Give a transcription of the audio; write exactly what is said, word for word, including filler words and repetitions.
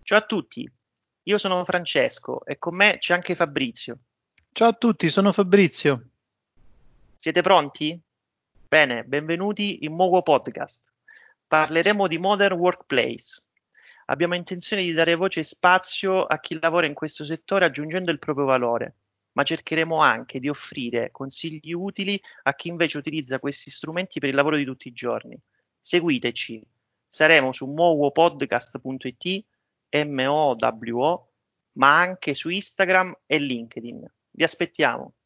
Ciao a tutti, io sono Francesco e con me c'è anche Fabrizio. Ciao a tutti, sono Fabrizio. Siete pronti? Bene, benvenuti in Mogo Podcast. Parleremo di Modern Workplace. Abbiamo intenzione di dare voce e spazio a chi lavora in questo settore aggiungendo il proprio valore, ma cercheremo anche di offrire consigli utili a chi invece utilizza questi strumenti per il lavoro di tutti i giorni. Seguiteci, saremo su mowopodcast punto it, M O W O, ma anche su Instagram e LinkedIn. Vi aspettiamo.